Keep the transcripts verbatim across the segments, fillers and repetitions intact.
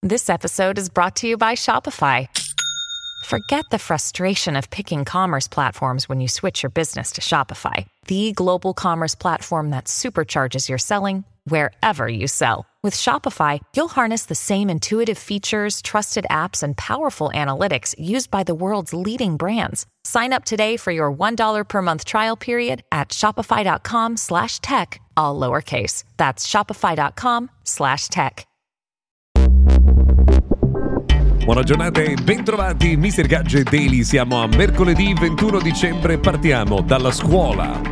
This episode is brought to you by Shopify. Forget the frustration of picking commerce platforms when you switch your business to Shopify, the global commerce platform that supercharges your selling wherever you sell. With Shopify, you'll harness the same intuitive features, trusted apps, and powerful analytics used by the world's leading brands. Sign up today for your one dollar per month trial period at shopify.com slash tech, all lowercase. That's shopify.com slash tech. Buona giornata e bentrovati, mister Gadget Daily. Siamo a mercoledì ventuno dicembre, partiamo dalla scuola.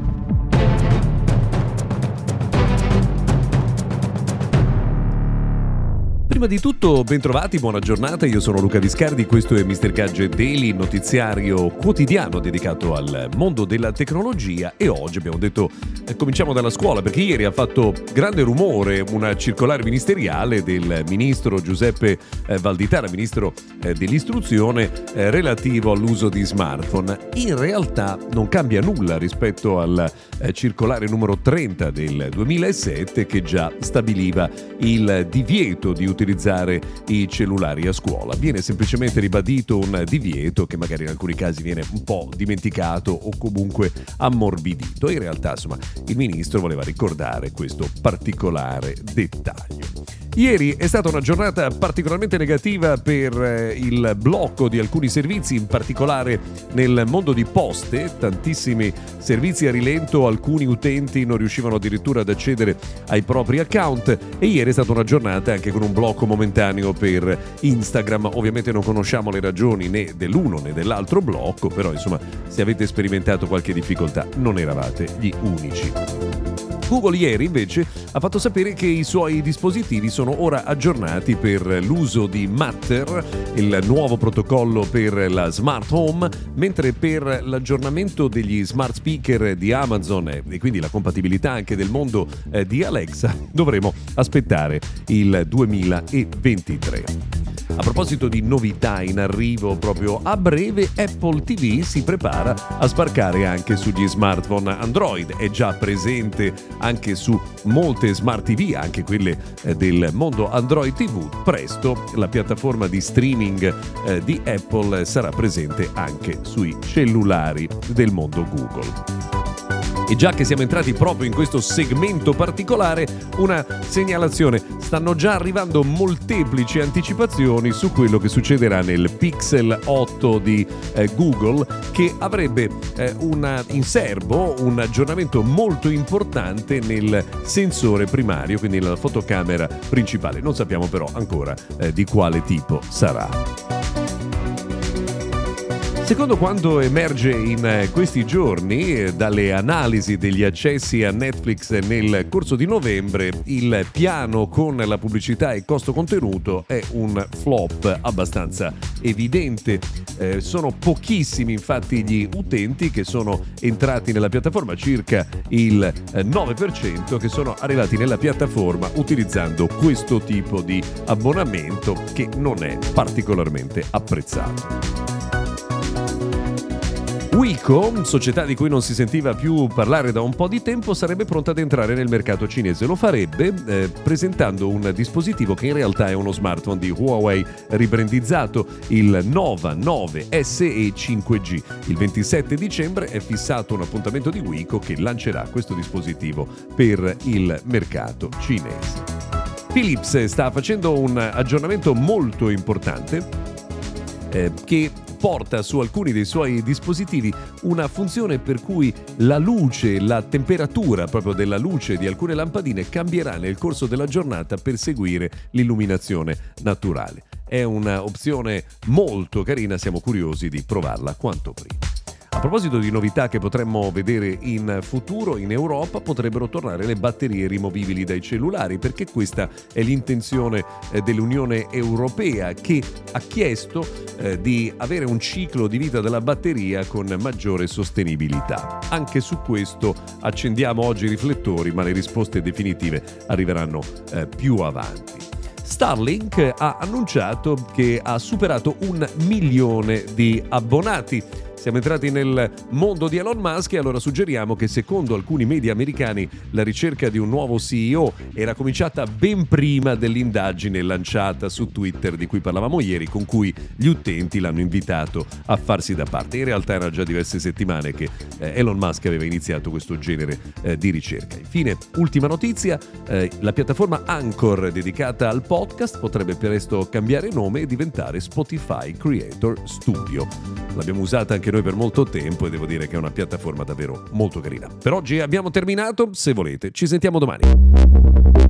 Prima di tutto, bentrovati, buona giornata, io sono Luca Viscardi, questo è mister Gadget Daily, notiziario quotidiano dedicato al mondo della tecnologia, e oggi abbiamo detto eh, cominciamo dalla scuola, perché ieri ha fatto grande rumore una circolare ministeriale del ministro Giuseppe eh, Valditara, ministro eh, dell'istruzione, eh, relativo all'uso di smartphone. In realtà non cambia nulla rispetto al eh, circolare numero trenta del duemilasette, che già stabiliva il divieto di utilizzare utilizzare i cellulari a scuola. Viene semplicemente ribadito un divieto che magari in alcuni casi viene un po' dimenticato o comunque ammorbidito. In realtà, insomma, il ministro voleva ricordare questo particolare dettaglio. Ieri è stata una giornata particolarmente negativa per il blocco di alcuni servizi, in particolare nel mondo di poste. Tantissimi servizi a rilento, alcuni utenti non riuscivano addirittura ad accedere ai propri account, e ieri è stata una giornata anche con un blocco momentaneo per Instagram. Ovviamente non conosciamo le ragioni né dell'uno né dell'altro blocco, però insomma, se avete sperimentato qualche difficoltà non eravate gli unici. Google ieri invece ha fatto sapere che i suoi dispositivi sono ora aggiornati per l'uso di Matter, il nuovo protocollo per la smart home, mentre per l'aggiornamento degli smart speaker di Amazon e quindi la compatibilità anche del mondo di Alexa dovremo aspettare il duemilaventitré. A proposito di novità in arrivo proprio a breve, Apple ti vu si prepara a sbarcare anche sugli smartphone Android. È già presente anche su molte smart tivù, anche quelle eh, del mondo Android ti vu. Presto la piattaforma di streaming eh, di Apple sarà presente anche sui cellulari del mondo Google. E già che siamo entrati proprio in questo segmento particolare, una segnalazione: stanno già arrivando molteplici anticipazioni su quello che succederà nel Pixel otto di eh, Google, che avrebbe eh, una, in serbo un aggiornamento molto importante nel sensore primario, quindi nella fotocamera principale. Non sappiamo però ancora eh, di quale tipo sarà. Secondo quanto emerge in questi giorni dalle analisi degli accessi a Netflix nel corso di novembre, il piano con la pubblicità e costo contenuto è un flop abbastanza evidente. Eh, sono pochissimi infatti gli utenti che sono entrati nella piattaforma, circa il nove per cento che sono arrivati nella piattaforma utilizzando questo tipo di abbonamento, che non è particolarmente apprezzato. Wiko, società di cui non si sentiva più parlare da un po' di tempo, sarebbe pronta ad entrare nel mercato cinese. Lo farebbe eh, presentando un dispositivo che in realtà è uno smartphone di Huawei ribrandizzato, il Nova nove S E cinque G. Il ventisette dicembre è fissato un appuntamento di Wiko, che lancerà questo dispositivo per il mercato cinese. Philips sta facendo un aggiornamento molto importante eh, che porta su alcuni dei suoi dispositivi una funzione per cui la luce, la temperatura proprio della luce di alcune lampadine cambierà nel corso della giornata per seguire l'illuminazione naturale. È un'opzione molto carina, siamo curiosi di provarla quanto prima. A proposito di novità che potremmo vedere in futuro, in Europa potrebbero tornare le batterie rimovibili dai cellulari, perché questa è l'intenzione dell'Unione Europea, che ha chiesto eh, di avere un ciclo di vita della batteria con maggiore sostenibilità. Anche su questo accendiamo oggi i riflettori, ma le risposte definitive arriveranno eh, più avanti. Starlink ha annunciato che ha superato un milione di abbonati. siamo entrati nel mondo di Elon Musk e allora suggeriamo che secondo alcuni media americani la ricerca di un nuovo C E O era cominciata ben prima dell'indagine lanciata su Twitter di cui parlavamo ieri, con cui gli utenti l'hanno invitato a farsi da parte. In realtà era già diverse settimane che eh, Elon Musk aveva iniziato questo genere eh, di ricerca. Infine, ultima notizia, eh, la piattaforma Anchor dedicata al podcast potrebbe presto cambiare nome e diventare Spotify Creator Studio. L'abbiamo usata anche noi per molto tempo e devo dire che è una piattaforma davvero molto carina. Per oggi abbiamo terminato, se volete ci sentiamo domani.